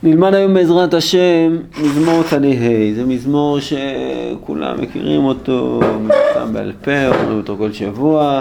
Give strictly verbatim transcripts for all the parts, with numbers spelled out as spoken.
נלמד היום בעזרת השם מזמור צדיהי. זה מזמור שכולם מכירים אותו, מפורסם בעל פה, אומרים אותו כל שבוע,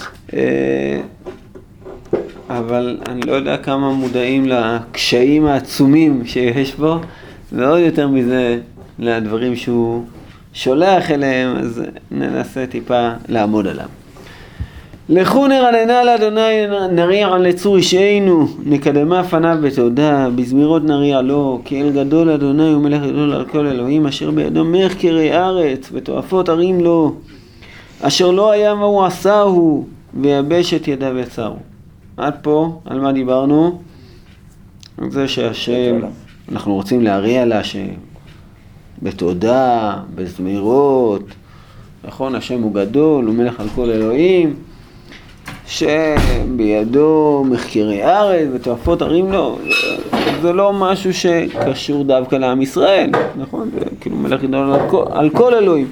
אבל אני לא יודע כמה מודעים לקשיים העצומים שיש בו, ועוד יותר מזה לדברים שהוא שולח אליהם, אז ננסה טיפה לעמוד עליו. לכו נרננה לאדוני נריע לצור אישנו, נקדמה פניו בתודה, בזמירות נריע לו, כי אל גדול אדוני ומלך גדול על כל אלוהים, אשר בידו מחקרי ארץ ותועפות ערים לו, אשר לא היה מה הוא עשהו, ויבש את ידיו יצרו. עד פה, על מה דיברנו? על זה שהשם, אנחנו רוצים להריע להשם, בתודה, בזמירות, נכון, השם הוא גדול, הוא מלך על כל אלוהים, שבידו מחקרי ארץ ותועפות ערים לו. זה לא משהו שקשור דווקא לעם ישראל, נכון? זה כאילו מלך גדול על כל, על כל אלוהים.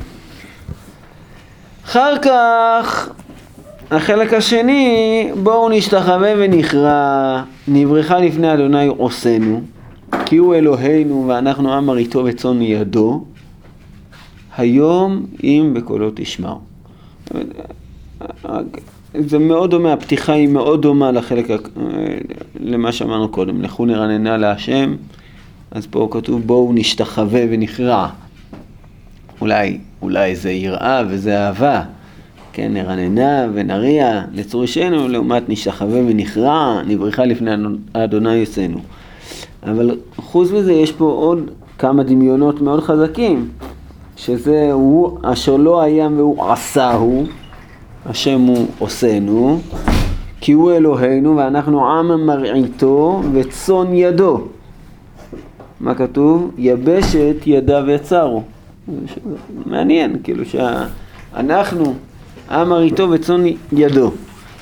אחר כך, החלק השני, בואו נשתחווה ונכרע, נברכה לפני אדוני עושנו, כי הוא אלוהינו ואנחנו עם מרעיתו וצאן ידו, היום אם בקולו תשמעו. זה מאוד דומה, הפתיחה היא מאוד דומה לחלק, למה שאמרנו קודם, לכו נרננה להשם, אז פה כתוב בואו נשתחווה ונכרע. אולי, אולי זה יראה וזה אהבה, כן, נרננה ונריע לצור אישנו, לעומת נשתחווה ונכרע, נברכה לפני אדוני יעשנו. אבל חוץ מזה יש פה עוד כמה דמיונות מאוד חזקים, שזה הוא אשר לא היה והוא עשהו, השם הוא עושנו, כי הוא אלוהינו ואנחנו עם מרעיתו וצאן ידו. מה כתוב? יבשת ידיו יצרו. מעניין, כאילו שאנחנו עם מרעיתו וצאן ידו.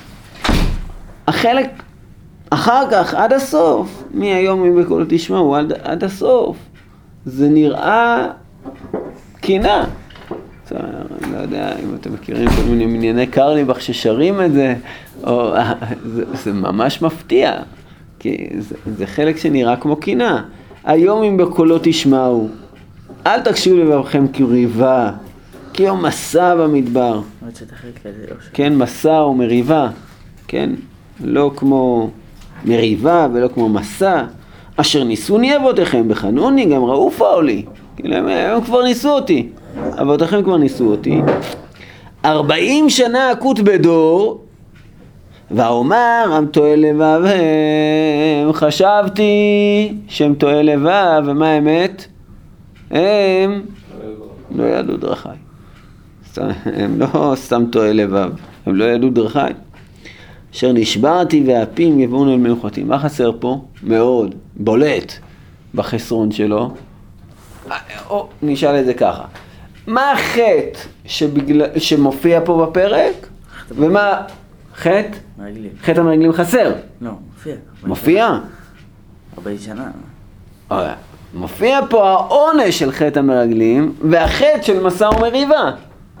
החלק אחר כך, עד הסוף, מהיום אם בקולו תשמעו, עד, עד הסוף, זה נראה קינה. אני לא יודע אם אתם מכירים כל מיני מנייני קרליבך ששרים את זה, או, זה, זה ממש מפתיע, כי זה, זה חלק שנראה כמו קינה. היום אם בקולו תשמעו, אל תקשיבו לבבכם כריבה, כי יום מסע במדבר. כן, מסע או מריבה, כן, לא כמו מריבה ולא כמו מסע. אשר ניסוני אבותיכם בחנוני, גם ראו פאולי, כאילו הם, הם כבר ניסו אותי. אבותיכם כבר ניסו אותי. ארבעים שנה אקוט בדור, ואומר, עם טועה לבבם, חשבתי שהם טועה לבב, ומה האמת? הם לא ידעו דרכי. הם לא סתם טועה לבב, הם לא ידעו דרכי. אשר נשברתי והפים יבואו אל מנוחתי. מה חסר פה? מאוד, בולט בחסרון שלו. או, נשאל את זה ככה. מה החטא שבגלל, שמופיע פה בפרק? ומה חטא? מרגלים. חטא המרגלים חסר. לא, מופיע. מופיע? ארבעים שנה. מופיע פה העונש של חטא המרגלים והחטא של מסע ומריבה.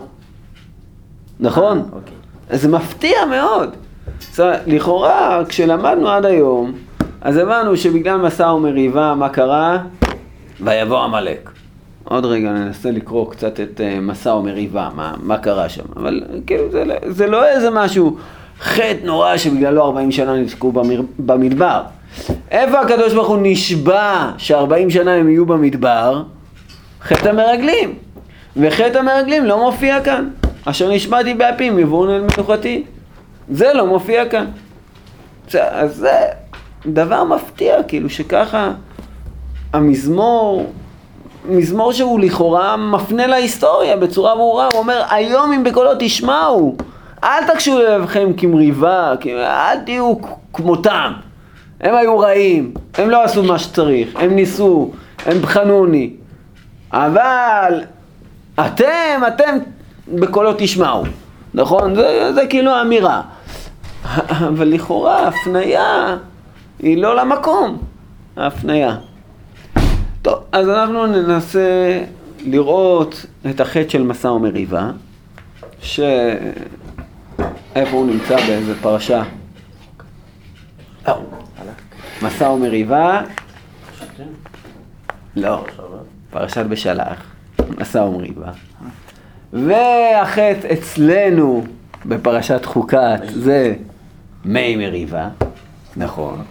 נכון? אה, אוקיי. אז זה מפתיע מאוד. זאת אומרת, לכאורה, כשלמדנו עד היום, אז הבנו שבגלל מסע ומריבה, מה קרה? ויבוא עמלק. עוד רגע ננסה לקרוא קצת את uh, מסע ומריבה, מה, מה קרה שם. אבל כאילו זה, זה לא איזה משהו חטא נורא שבגללו ארבעים שנה נתקעו במר, במדבר. איפה הקדוש ברוך הוא נשבע ש-ארבעים שנה הם יהיו במדבר? חטא המרגלים. וחטא המרגלים לא מופיע כאן. אשר נשבעתי באפים יבואו אל מנוחתי. זה לא מופיע כאן. אז זה דבר מפתיע, כאילו שככה המזמור, מזמור שהוא לכאורה מפנה להיסטוריה בצורה ברורה, הוא אומר, היום אם בקולו תשמעו, אל תקשו ללבכם כמריבה, אל תהיו כמותם. הם היו רעים, הם לא עשו מה שצריך, הם ניסו, הם בחנוני. אבל אתם, אתם בקולו תשמעו. נכון? זה, זה כאילו האמירה. אבל לכאורה ההפניה היא לא למקום. ההפניה. טוב, אז אנחנו ננסה לראות את החטא של מסע ומריבה, שאיפה הוא נמצא באיזה פרשה. מסע ומריבה, מלכים? לא, פרשת בשלח, מסע ומריבה. והחטא אצלנו בפרשת חוקת זה מי מריבה, נכון.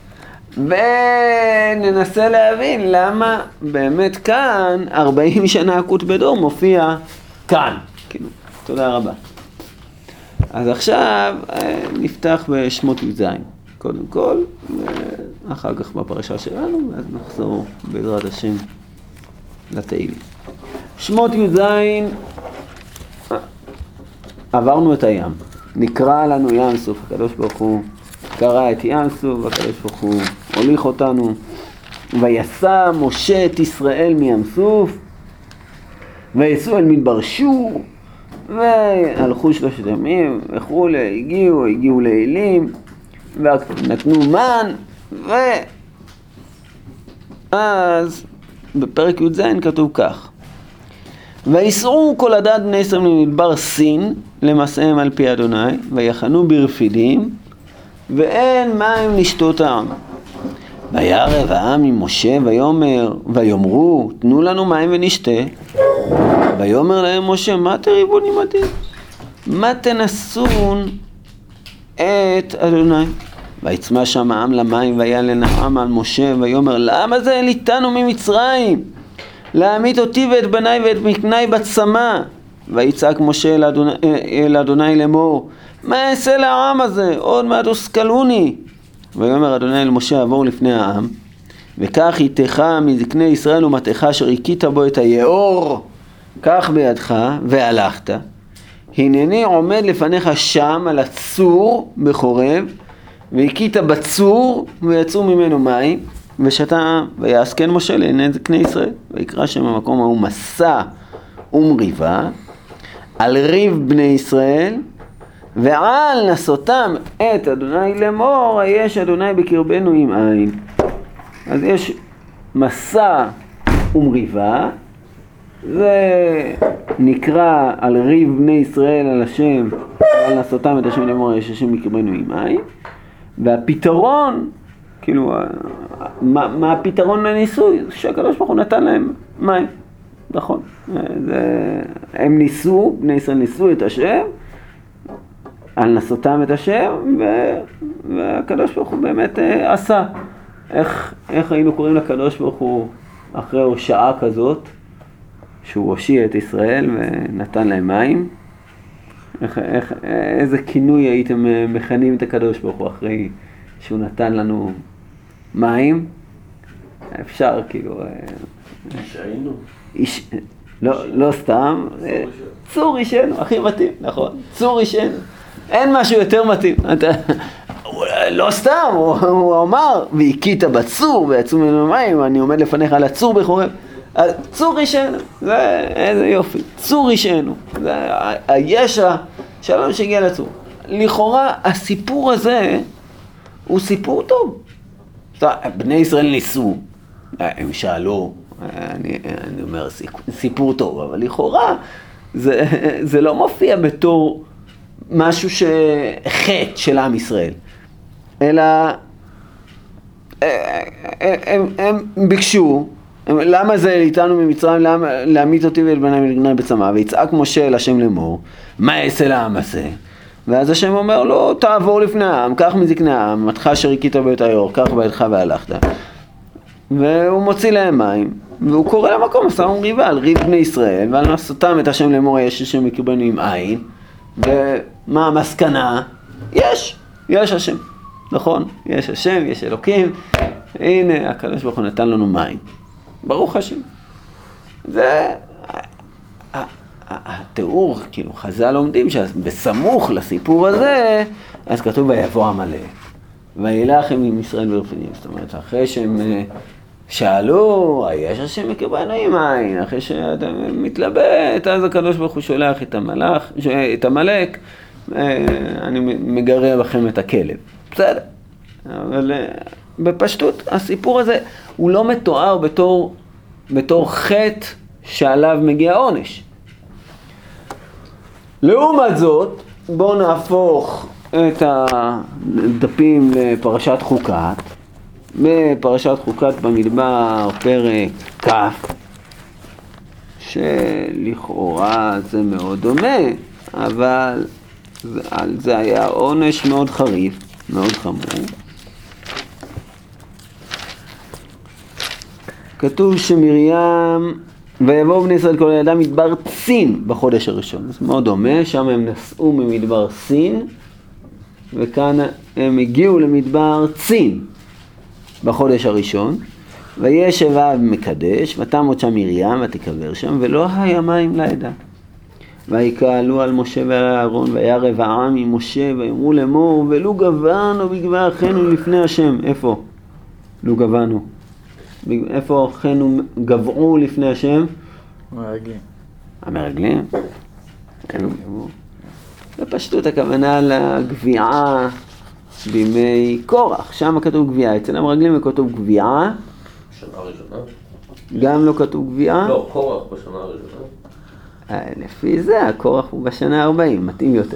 וננסה להבין למה באמת כאן ארבעים שנה עקות בדור מופיע כאן. כאילו, תודה רבה. אז עכשיו נפתח בשמות י"ז קודם כל, ואחר כך בפרשה שלנו, ואז נחזור בעזרת השם לתהילים. שמות י"ז, עברנו את הים, נקרא לנו ים סוף, הקדוש ברוך הוא קרא את ים סוף, הקדוש ברוך הוא הוליך אותנו, ויסע משה את ישראל מים סוף, ויצאו אל מדבר שור, והלכו שלושת ימים, וכו', הגיעו, הגיעו לאלים, ונתנו מן, ואז בפרק י"ז כתוב כך: ויסעו כל עדת בני ישראל ממדבר סין למסעם על פי אדוני, ויחנו ברפידים, ואין מים לשתותם. וירא העם עם משה ויאמר, ויאמרו תנו לנו מים ונשתה. ויאמר להם משה, מה תריבון עמדי? מה תנסון את אדוני? ויצמא שם העם למים, וילן העם על משה ויאמר, למה זה העליתנו ממצרים? להמית אותי ואת בניי ואת מקניי בצמא. ויצעק משה אל אדוני, אל אדוני לאמור, מה אעשה לעם הזה? עוד מעט הושכלוני. ויאמר אדוני אל משה, עבור לפני העם, וכך איתך מזקני ישראל ומתך אשר הכית בו את היאור, קח בידך והלכת. הנני עומד לפניך שם על הצור בחורב, והכית בצור ויצאו ממנו מים, ושתה ויעסקן משה לעיני זקני ישראל, ויקרא שם המקום ההוא מסע ומריבה, על ריב בני ישראל, ועל נסותם את אדוני לאמור, יש אדוני בקרבנו עם עין. אז יש מסע ומריבה, זה נקרא על ריב בני ישראל על השם, ועל נסותם את השם לאמור, יש השם בקרבנו עם עין. והפתרון, כאילו, מה, מה הפתרון לניסוי? שהקדוש ברוך הוא נתן להם מים. נכון. זה, הם ניסו, בני ישראל ניסו את השם, על נסותם את השם, ו, והקדוש ברוך הוא באמת אה, עשה. איך, איך היינו קוראים לקדוש ברוך הוא אחרי הושעה כזאת, שהוא הושיע את ישראל ונתן להם מים? איך, איך, איזה כינוי הייתם מכנים את הקדוש ברוך הוא אחרי שהוא נתן לנו מים? אפשר כאילו... שהיינו. איש... לא, לא סתם, צור אישנו, הכי מתאים, נכון? צור אישנו. אין משהו יותר מתאים. אתה... לא סתם, הוא, הוא אמר, והכית בצור ויצאו ממנו מים, אני עומד לפניך על הצור בחורב. צור אישנו, זה איזה יופי, צור אישנו, זה הישע שלנו שהגיע לצור. לכאורה הסיפור הזה הוא סיפור טוב. בני ישראל ניסו, הם שאלו, אני, אני אומר סיפור טוב, אבל לכאורה זה, זה לא מופיע בתור משהו שחטא של עם ישראל, אלא הם, הם ביקשו, למה זה איתנו ממצרים, להמית אותי ואת בניי ולגנאי בצמא, ויצעק משה אל השם לאמור, מה אעשה לעם הזה? ואז השם אומר לו, תעבור לפני העם, קח מזקני העם, מתך אשר הכית בו את היאור, קח בידך והלכת. והוא מוציא להם מים, והוא קורא למקום מסע ומריבה על ריב בני ישראל, ועל נסותם את השם לאמור, יש השם בקרבנו עם עין. ומה המסקנה? יש, יש השם, נכון? יש השם, יש אלוקים. הנה, הקדוש ברוך הוא נתן לנו מים. ברוך השם. זה התיאור, כאילו חז"ל לומדים שבסמוך לסיפור הזה, אז כתוב ויבוא עמלק, וילך עם ישראל ברפידים. זאת אומרת, אחרי שהם שאלו, יש השם בקרבנו עם עין, אחרי שאתה מתלבט, אז הקדוש ברוך הוא שולח את המלאך, את עמלק, אני מגרה בכם את הכלב. בסדר. אבל בפשטות, הסיפור הזה הוא לא מתואר בתור, בתור חטא שעליו מגיע עונש. לעומת זאת, בואו נהפוך את הדפים לפרשת חוקת, בפרשת חוקת במדבר, פרק כ', שלכאורה זה מאוד דומה, אבל על זה היה עונש מאוד חריף, מאוד חמור. כתוב שמרים, ויבואו בני ישראל כל הידם מדבר צין בחודש הראשון. זה מאוד דומה, שם הם נסעו ממדבר סין, וכאן הם הגיעו למדבר צין בחודש הראשון. וישב האב מקדש, ותמות שם מרים, ותקבר שם, ולא היה מים לעדה. ויקהלו על משה ועל אהרון, וירב העם עם משה, ויאמרו לאמור, ולו גבנו בגבה אחינו לפני השם. איפה? לו גבנו. איפה אחינו גבעו לפני השם? המרגלים. המרגלים? בפשטות הכוונה לגביעה בימי קורח. שם כתוב גביעה. אצל המרגלים כתוב גביעה. בשנה הראשונה? גם לא כתוב גביעה? לא, קורח בשנה הראשונה. לפי זה, הקורח הוא בשנה ארבעים, מתאים יותר.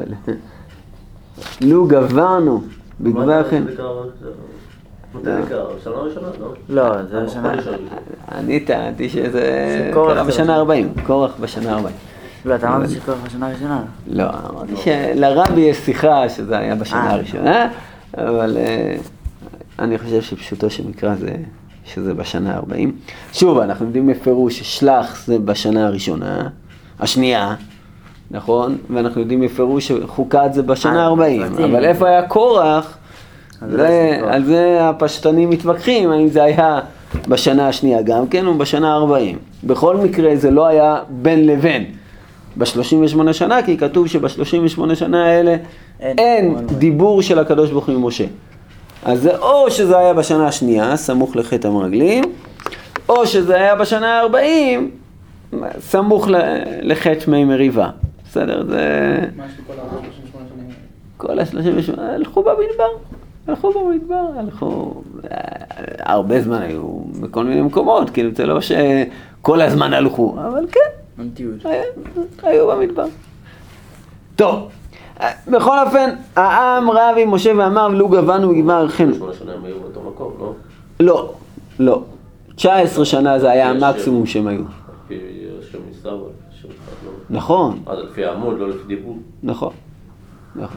לו גברנו בגבה אחינו. מתי זה קרה? בשנה הראשונה? לא, זה בשנה... אני טענתי שזה קרה בשנה ארבעים, קורח בשנה ארבעים. לא, אתה אמרת שקורח בשנה הראשונה? לא, אמרתי שלרבי יש שיחה שזה היה בשנה הראשונה, אבל אני חושב שפשוטו של מקרא זה שזה בשנה ארבעים. שוב, אנחנו יודעים מפירוש ששלח זה בשנה הראשונה, השנייה, נכון? ואנחנו יודעים מפירוש שחוקת זה בשנה ארבעים, אבל איפה היה קורח? על זה הפשטנים מתווכחים, האם זה היה בשנה השנייה גם כן או בשנה ארבעים. בכל מקרה זה לא היה בין לבין ב-שלושים ושמונה שנה, כי כתוב שב-שלושים ושמונה שנה האלה אין, אין דיבור של הקדוש ברוך הוא עם משה. אז זה או שזה היה בשנה השנייה, סמוך לחטא המרגלים, או שזה היה בשנה הארבעים, סמוך לחטא מי מריבה. בסדר, זה... מה יש בכל ה-שלושים ושמונה שנים? כל ה-שלושים ושמונה, הלכו במדבר. הלכו במדבר, הלכו... הרבה זמן היו בכל מיני מקומות, כאילו זה לא שכל הזמן הלכו, אבל כן, היו, היו במדבר. טוב, בכל אופן, העם רב עם משה ואמר, ולו גבנו בגבה אחינו. שמונה שנה הם היו באותו מקום, לא? לא, לא. תשע עשרה שנה זה היה המקסימום שהם היו. לפי שם מסתבר, שם אחד לא. נכון. אז לפי העמוד, לא לפי דיבור. נכון, נכון.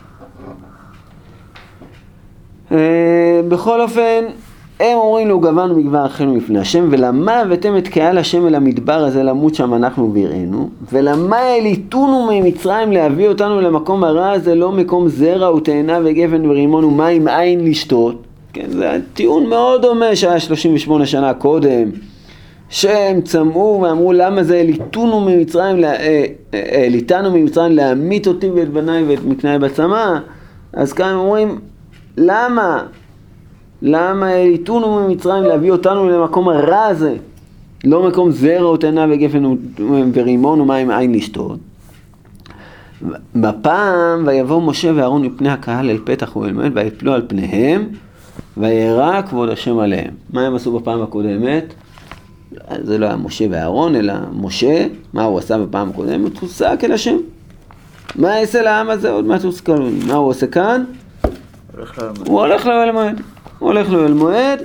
בכל אופן, הם אומרים לו גבנו בגבה אחינו לפני השם, ולמה הבאתם את קהל השם אל המדבר הזה למות שם אנחנו ויראנו, ולמה העליתונו ממצרים להביא אותנו למקום הרע הזה, לא מקום זרע ותאנה וגפן ורימון ומים עין לשתות. כן, זה טיעון מאוד דומה שהיה שלושים ושמונה שנה קודם, שהם צמאו ואמרו למה זה העליתונו ממצרים, העליתנו ממצרים להמית אותי ואת בניי ואת מקנאי בצמא. אז כאן הם אומרים, למה? למה העליתונו ממצרים להביא אותנו למקום הרע הזה? לא מקום זרע ותאנה וגפן ורימון ומים עין לשתות. בפעם ויבוא משה ואהרון מפני הקהל אל פתח ואל מועד ויפלו על פניהם וירא כבוד השם עליהם. מה הם עשו בפעם הקודמת? זה לא היה משה ואהרון אלא משה. מה הוא עשה בפעם הקודמת? הוא צעק אל השם. מה יעשה לעם הזה? עוד מעט תוסכלו. מה הוא עושה כאן? הוא הולך לאוהל מועד. הוא הולך לאוהל מועד,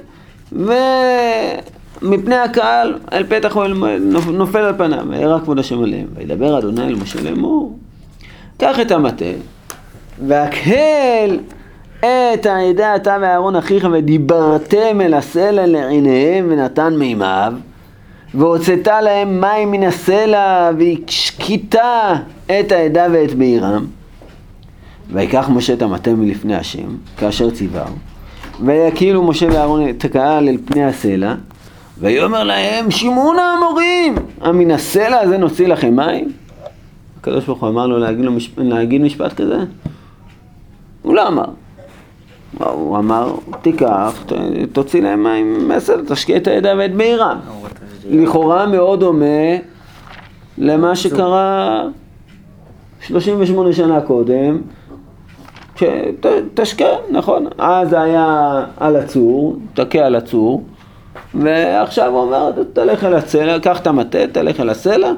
ומפני הקהל אל פתח אוהל מועד נופל על פניו, וירא כבוד השם עליהם. וידבר אדוני אל משה לאמור, קח את המטה, והקהל את העדה אתה ואהרון אחיך, ודיברתם אל הסלע לעיניהם, ונתן מימיו, והוצאת להם מים מן הסלע, והשקית את העדה ואת בעירם. ויקח משה את המטה מלפני השם, כאשר ציווהו, ויקהילו משה ואהרון את הקהל אל פני הסלע, ויאמר להם, שמעו נא המורים, מן הסלע הזה נוציא לכם מים? הקדוש ברוך הוא אמר לו להגיד, לו משפ... להגיד משפט כזה? הוא לא אמר. הוא אמר, תיקח, ת... תוציא להם מים מהסלע, תשקיע את העדה ואת בעירם. לכאורה מאוד דומה למה שקרה שלושים ושמונה שנה קודם, שתשקע, נכון, אז זה היה על הצור, תקע על הצור, ועכשיו הוא אומר, תלך אל הסלע, קח את המטה, תלך אל הסלע,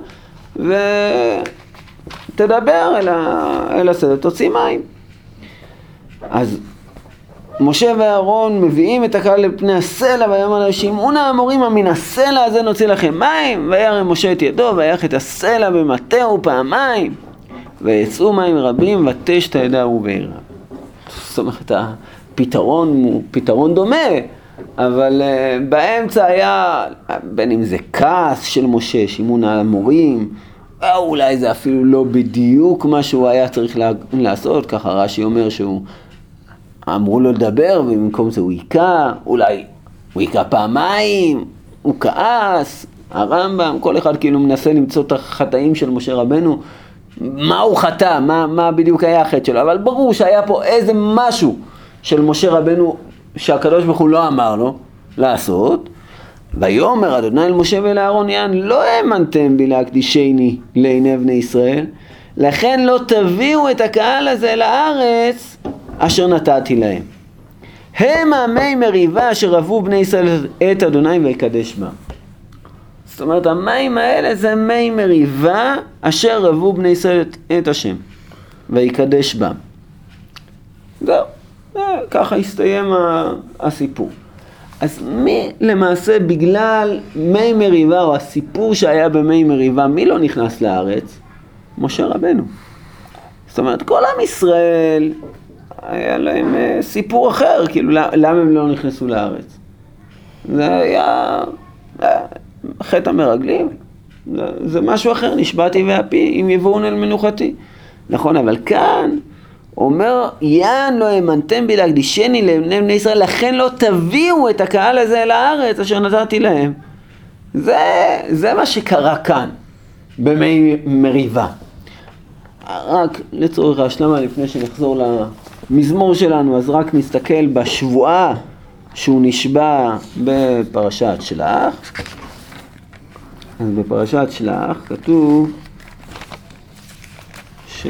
ותדבר אל, ה... אל הסלע, תוציא מים. אז משה ואהרון מביאים את הקהל לפני הסלע, ויאמר להם שמעו נא האמורים מן הסלע הזה נוציא לכם מים. וירם משה את ידו ויך את הסלע במטהו פעמיים, ויצאו מים רבים ותש תהדה ובעירה. זאת אומרת, הפתרון הוא פתרון דומה, אבל uh, באמצע היה, בין אם זה כעס של משה, שמעו נא האמורים, או אולי זה אפילו לא בדיוק מה שהוא היה צריך לה, לעשות, ככה רש"י אומר שהוא אמרו לו לדבר ובמקום זה הוא היקע, אולי הוא היקע פעמיים, הוא כעס, הרמב"ם, כל אחד כאילו מנסה למצוא את החטאים של משה רבנו, מה הוא חטא, מה, מה בדיוק היה החטא שלו, אבל ברור שהיה פה איזה משהו של משה רבנו שהקדוש ברוך הוא לא אמר לו לעשות. ויאמר אדוני אל משה ואל אהרון יען לא האמנתם בי להקדישני לעיני בני ישראל, לכן לא תביאו את הקהל הזה לארץ אשר נתתי להם. הם המי מריבה אשר רבו בני ישראל את אדוני ויקדש בם. זאת אומרת, המים האלה זה מי מריבה אשר רבו בני ישראל את השם ויקדש בם. זהו, ככה הסתיים הסיפור. אז מי למעשה בגלל מי מריבה או הסיפור שהיה במי מריבה, מי לא נכנס לארץ? משה רבנו. זאת אומרת, כל עם ישראל היה להם סיפור אחר, כאילו למה הם לא נכנסו לארץ? זה היה חטא המרגלים, זה, זה משהו אחר, נשבעתי ואפי אם יבואון אל מנוחתי. נכון, אבל כאן אומר, יען לא האמנתם בי להקדישני לעיני בני ישראל, לכן לא תביאו את הקהל הזה אל הארץ אשר נתתי להם. זה, זה מה שקרה כאן, במי מריבה. רק לצורך ההשלמה, לפני שנחזור למזמור שלנו, אז רק נסתכל בשבועה שהוא נשבע בפרשת שלח. אז בפרשת שלח כתוב ש...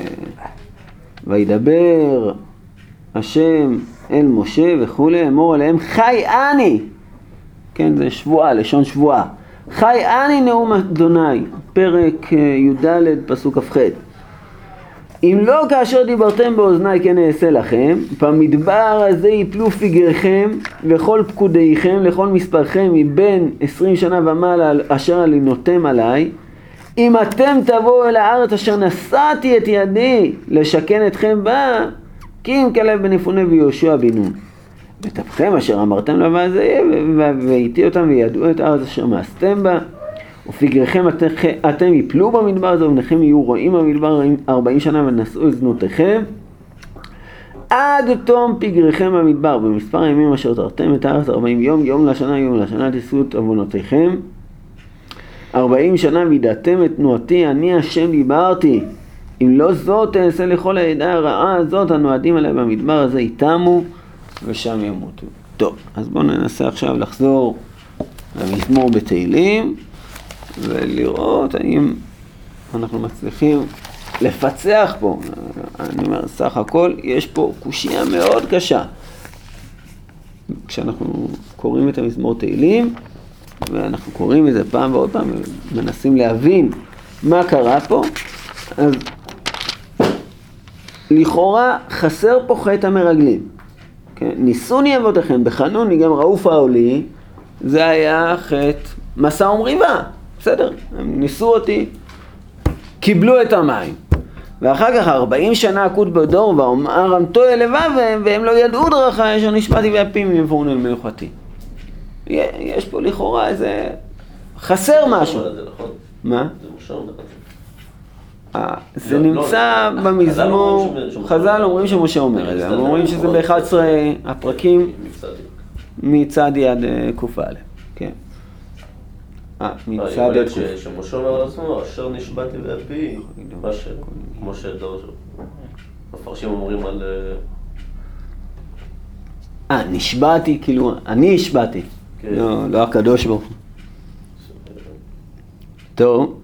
וידבר השם אל משה וכו', אמור עליהם חי אני, כן, זה שבועה, לשון שבועה, חי אני נאום אדוני, פרק י"ד פסוק כ"ח. אם לא כאשר דיברתם באוזני כן אעשה לכם, במדבר הזה יפלו פיגריכם וכל פקודיכם לכל מספרכם מבין עשרים שנה ומעלה אשר עלינותם עליי, אם אתם תבואו אל הארץ אשר נשאתי את ידי לשכן אתכם בה, כי אם כלב בן יפונה ויהושע בן נון. ותפכם אשר אמרתם לבא זה והייתי אותם וידעו את הארץ אשר מאסתם בה, ופיגריכם אתם, אתם יפלו במדבר הזה ובניכם יהיו רועים במדבר ארבעים שנה ונשאו את זנותיכם עד תום פיגריכם במדבר במספר הימים אשר תרתם את הארץ ארבעים יום, יום לשנה יום לשנה תישאו את עוונותיכם ארבעים שנה וידעתם את תנועתי, אני השם דיברתי. אם לא זאת תעשה לכל העדה הרעה הזאת הנועדים עליה במדבר הזה יתמו ושם ימותו. טוב, אז בואו ננסה עכשיו לחזור למזמור בתהילים ולראות האם אנחנו מצליחים לפצח פה. אני אומר, סך הכל יש פה קושיה מאוד קשה. כשאנחנו קוראים את המזמור תהילים, ואנחנו קוראים את זה פעם ועוד פעם, ומנסים להבין מה קרה פה, אז לכאורה חסר פה חטא המרגלים. כן? ניסוני אבותיכם בחנוני גם רעוף העולי, זה היה חטא מסע ומריבה. בסדר, הם ניסו אותי, קיבלו את המים. ואחר כך ארבעים שנה עקוד בדור ואומר רמתו אל לבבם, והם לא ידעו דרכי אשר נשבעתי ואפים יבואון אל מנוחתי. יש פה לכאורה איזה חסר משהו. מה? זה מושלם לך. זה נמצא במזמור, חז"ל אומרים שמשה אומר את זה, הם אומרים שזה ב-אחד עשר הפרקים מצד יד ק"א. כן. אה, מצד יד ק"א. שמשה אומר על עצמו, אשר נשבעתי ואפי, מה כמו שדור מפרשים אומרים על... אה, נשבעתי, כאילו, אני השבעתי. לא, לא הקדוש ברוך הוא. טוב.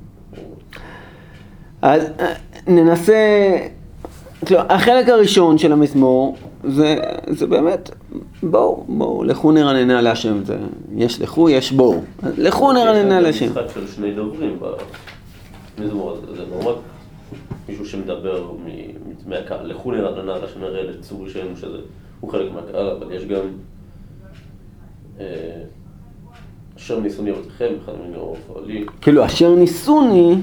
אז ננסה, החלק הראשון של המזמור, זה, זה באמת, בואו, בואו, לכו נרננה להשם, זה, יש לכו, יש בואו, לכו נרננה להשם. יש משחק של שני דוברים במזמור הזה, זה לא רק מישהו שמדבר מהקהל, לכו נרננה להשם, נראה לצור ראשנו שזה, הוא חלק מהקהל, אבל יש גם אשר ניסוני אבותיכם, אחד מיני אופועלי. כאילו, אשר ניסוני,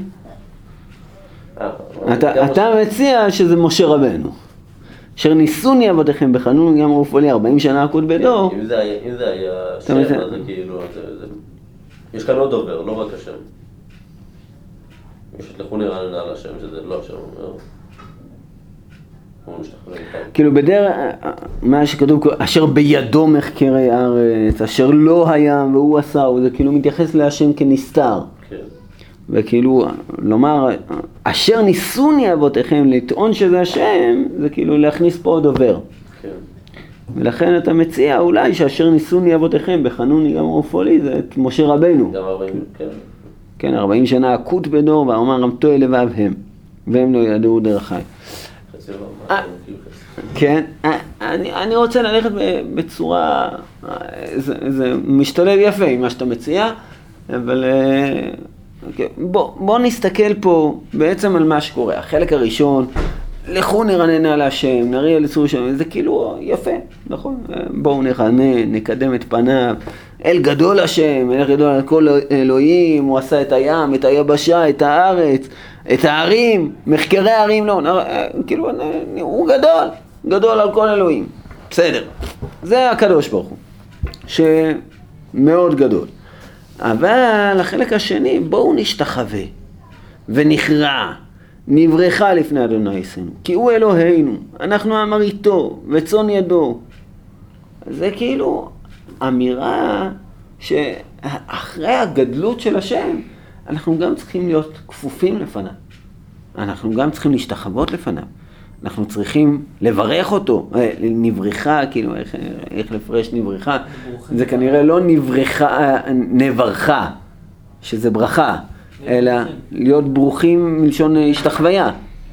אתה מציע שזה משה רבנו. אשר ניסוני אבותיכם בחנון גם אופועלי ארבעים שנה עקוד בדור. אם זה היה שם, אז זה כאילו, יש כאן עוד דובר, לא רק השם. יש שתלכו נרעננה על השם, שזה לא השם אומר. כאילו בדרך, מה שכתוב, אשר בידו מחקרי הארץ, אשר לא היה והוא עשה, זה כאילו מתייחס להשם כנסתר. כן. וכאילו, לומר, אשר ניסוני אבותיכם לטעון שזה השם, זה כאילו להכניס פה עוד עובר. כן. ולכן אתה מציע אולי שאשר ניסוני אבותיכם בחנוני גם אופועלי, זה את משה רבנו. גם ארבעים, כן. כן, ארבעים שנה עקוד בדור, ואומר רמתו אל לבב הם, והם לא ידעו דרכי. כן, אני, אני רוצה ללכת בצורה, זה, זה משתלב יפה עם מה שאתה מציע, אבל בוא, בוא נסתכל פה בעצם על מה שקורה. החלק הראשון, לכו נרננה להשם, נריע לצור שם, זה כאילו יפה, נכון? בואו נרנן, נקדם את פניו, אל גדול השם, אל גדול על כל אלוהים, הוא עשה את הים, את היבשה, את הארץ, את הערים, מחקרי הערים, לא, כאילו, הוא גדול, גדול על כל אלוהים. בסדר, זה הקדוש ברוך הוא, שמאוד גדול. אבל החלק השני, בואו נשתחווה ונכרע, נברכה לפני אדוני עשינו, כי הוא אלוהינו, אנחנו אמריתו וצאן ידו. זה כאילו אמירה שאחרי הגדלות של השם, אנחנו גם צריכים להיות כפופים לפניו. אנחנו גם צריכים להשתחוות לפניו. אנחנו צריכים לברך אותו. נברכה, כאילו, איך, איך לפרש נברכה? זה כנראה לא נברכה, נברכה, שזה ברכה, אלא להיות ברוכים מלשון השתחוויה.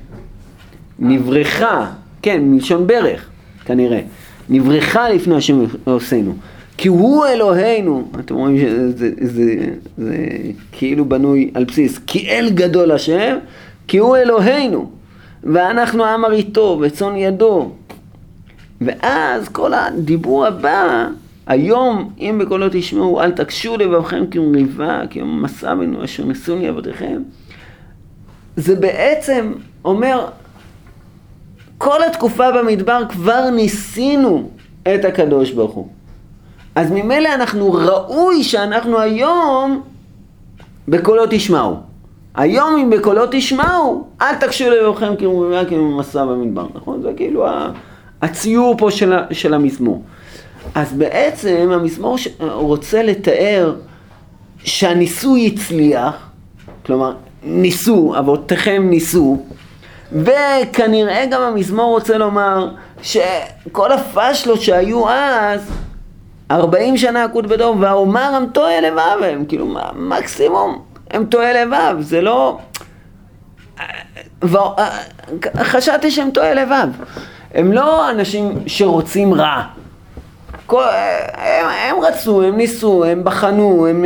נברכה, כן, מלשון ברך, כנראה. נברכה לפני השם עושינו. כי הוא אלוהינו, אתם רואים שזה זה, זה, זה כאילו בנוי על בסיס, כי אל גדול השם, כי הוא אלוהינו, ואנחנו עם אריתו וצאן ידו. ואז כל הדיבור הבא, היום אם בקולו תשמעו, אל תקשו לבבכם כמריבה, כמסע בנו אשר ניסוני אבותיכם. זה בעצם אומר, כל התקופה במדבר כבר ניסינו את הקדוש ברוך הוא. אז ממילא אנחנו ראוי שאנחנו היום בקולו תשמעו. היום אם בקולו תשמעו, אל תקשו לבבכם כמריבה כמסע במדבר, נכון? זה כאילו הציור פה של, של המזמור. אז בעצם המזמור רוצה לתאר שהניסוי הצליח, כלומר ניסו, אבותיכם ניסו, וכנראה גם המזמור רוצה לומר שכל הפשלות שהיו אז, ארבעים שנה עקוד בדור, והאומר הם טועה לבב, הם כאילו מקסימום, הם טועה לבב, זה לא... חשבתי שהם טועה לבב, הם לא אנשים שרוצים רע. כל, הם, הם רצו, הם ניסו, הם בחנו, הם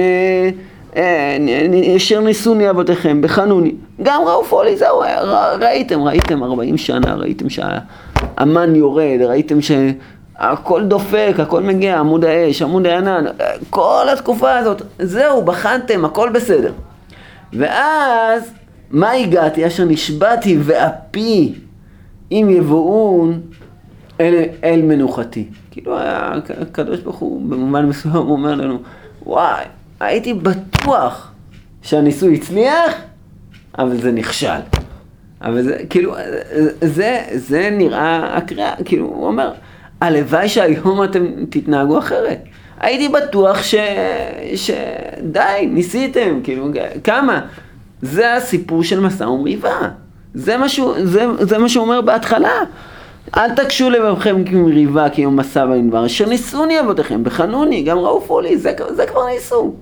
אשר ניסוני אבותיכם, בחנוני. גם ראו פולי, זהו, ראיתם, ראיתם ארבעים שנה, ראיתם שהאמן יורד, ראיתם שהכל דופק, הכל מגיע, עמוד האש, עמוד הענן, כל התקופה הזאת, זהו, בחנתם, הכל בסדר. ואז, מה הגעתי? אשר נשבעתי ואפי אם יבואון אל, אל מנוחתי. כאילו הקדוש ברוך הוא במובן מסוים אומר לנו, וואי, הייתי בטוח שהניסוי הצליח, אבל זה נכשל. אבל זה, כאילו, זה, זה נראה הקריאה, כאילו, הוא אומר, הלוואי שהיום אתם תתנהגו אחרת. הייתי בטוח ש, שדי, ניסיתם, כאילו, כמה? זה הסיפור של מסע ומריבה. זה מה שהוא, זה, זה מה שהוא אומר בהתחלה. אל תקשו לבבכם כמריבה כי יום מסע במדבר, אשר ניסוני אבותיכם, בחנוני, גם ראו פולי, זה, זה כבר ניסו.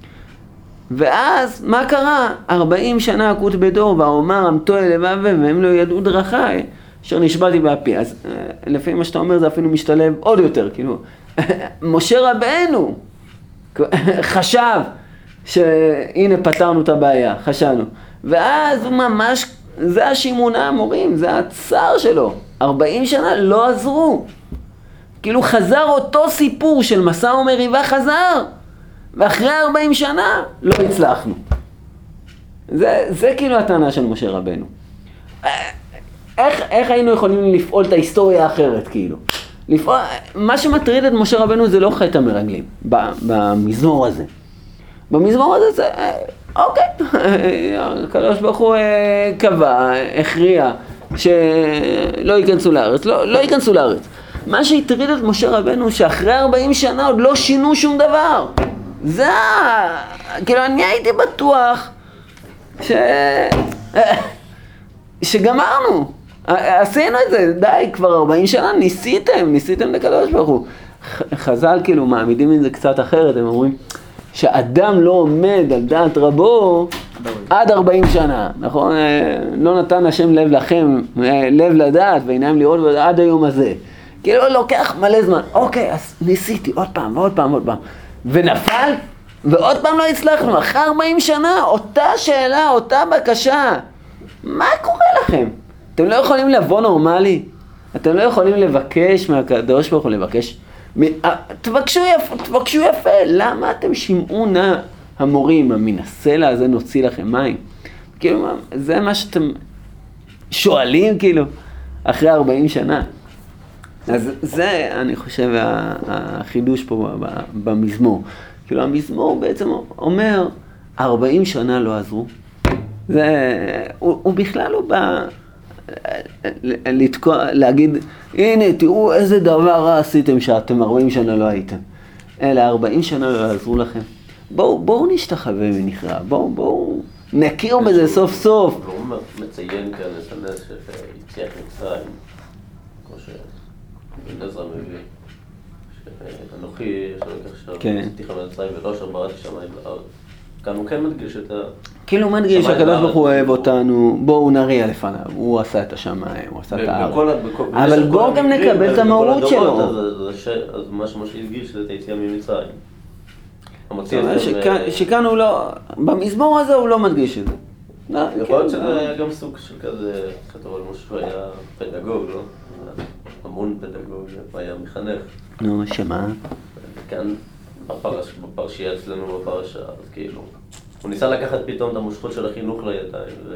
ואז, מה קרה? ארבעים שנה עקוד בדור, והאומר עם טועה לבב והם לא ידעו דרכי, אשר נשבעתי באפי. אז לפי מה שאתה אומר זה אפילו משתלב עוד יותר, כאילו, משה רבנו חשב שהנה פתרנו את הבעיה, חשבנו. ואז הוא ממש, זה השימונה המורים, זה הצער שלו. ארבעים שנה לא עזרו. כאילו חזר אותו סיפור של מסע ומריבה חזר, ואחרי ארבעים שנה לא הצלחנו. זה, זה כאילו הטענה של משה רבנו. איך, איך היינו יכולים לפעול את ההיסטוריה האחרת, כאילו? לפעול, מה שמטריד את משה רבנו זה לא חטא המרגלים, במזמור הזה. במזמור הזה זה, אוקיי, הקדוש ברוך הוא קבע, הכריע, שלא ייכנסו לארץ, לא, לא ייכנסו לארץ. מה שהטריד את משה רבנו, שאחרי ארבעים שנה עוד לא שינו שום דבר. זה, כאילו, אני הייתי בטוח ש... שגמרנו. עשינו את זה, די, כבר ארבעים שנה, ניסיתם, ניסיתם לקדוש ברוך הוא. חז"ל כאילו מעמידים את זה קצת אחרת, הם אומרים שאדם לא עומד על דעת רבו עד ארבעים שנה, נכון? לא נתן השם לב לכם, לב לדעת ועיניים לראות עד היום הזה. כאילו לוקח מלא זמן, אוקיי, אז ניסיתי עוד פעם ועוד פעם ועוד פעם, ונפל, ועוד פעם לא הצלחנו, אחרי ארבעים שנה, אותה שאלה, אותה בקשה, מה קורה לכם? אתם לא יכולים לבוא נורמלי? אתם לא יכולים לבקש מהקדוש ברוך הוא, לבקש, תבקשו יפה, תבקשו יפה, למה אתם שמעו נא המורים, מן הסלע הזה נוציא לכם מים? כאילו, זה מה שאתם שואלים, כאילו, אחרי ארבעים שנה. אז זה, אני חושב, החידוש פה במזמור. כאילו, המזמור בעצם אומר, ארבעים שנה לא עזרו. זה, הוא, הוא בכלל לא בא לתקוע, להגיד, הנה, תראו איזה דבר רע עשיתם שאתם ארבעים שנה לא הייתם. אלא ארבעים שנה לא עזרו לכם. בואו, בואו נשתחווה ונכרע, בואו, בואו נכיר בזה סוף סוף. והוא מציין כאן את הנס של יציאת מצרים, כמו שבן עזרא מביא, שאנוכי אשר לקח שתיך ממצרים ולא אשר בראתי שמיים לארץ. כאן הוא כן מדגיש את ה... כאילו מדגיש שהקדוש ברוך הוא אוהב אותנו, בואו נריע לפניו, הוא עשה את השמיים, הוא עשה את הארץ. אבל בואו גם נקבל את המהות שלו. אז מה שהדגיש זה את היציאה ממצרים. שכאן הוא לא, במזמור הזה הוא לא מדגיש את זה. יכול להיות שזה היה גם סוג של כזה, כתוב על משה שהוא היה פדגוג, לא? המון פדגוג, הוא היה מחנך. נו, שמה? וכאן בפרשייה אצלנו בפרשה, אז כאילו, הוא ניסה לקחת פתאום את המושכות של החינוך לידיים ו...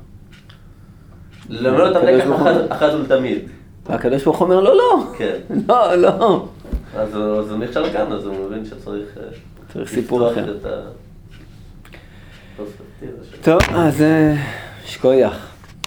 ללמד אותם לקח אחת ולתמיד. והקדוש ברוך הוא אומר, לא, לא. כן. לא, לא. אז הוא נכשל כאן, אז הוא מבין שצריך... צריך סיפור אחר. טוב, אז שכוייח.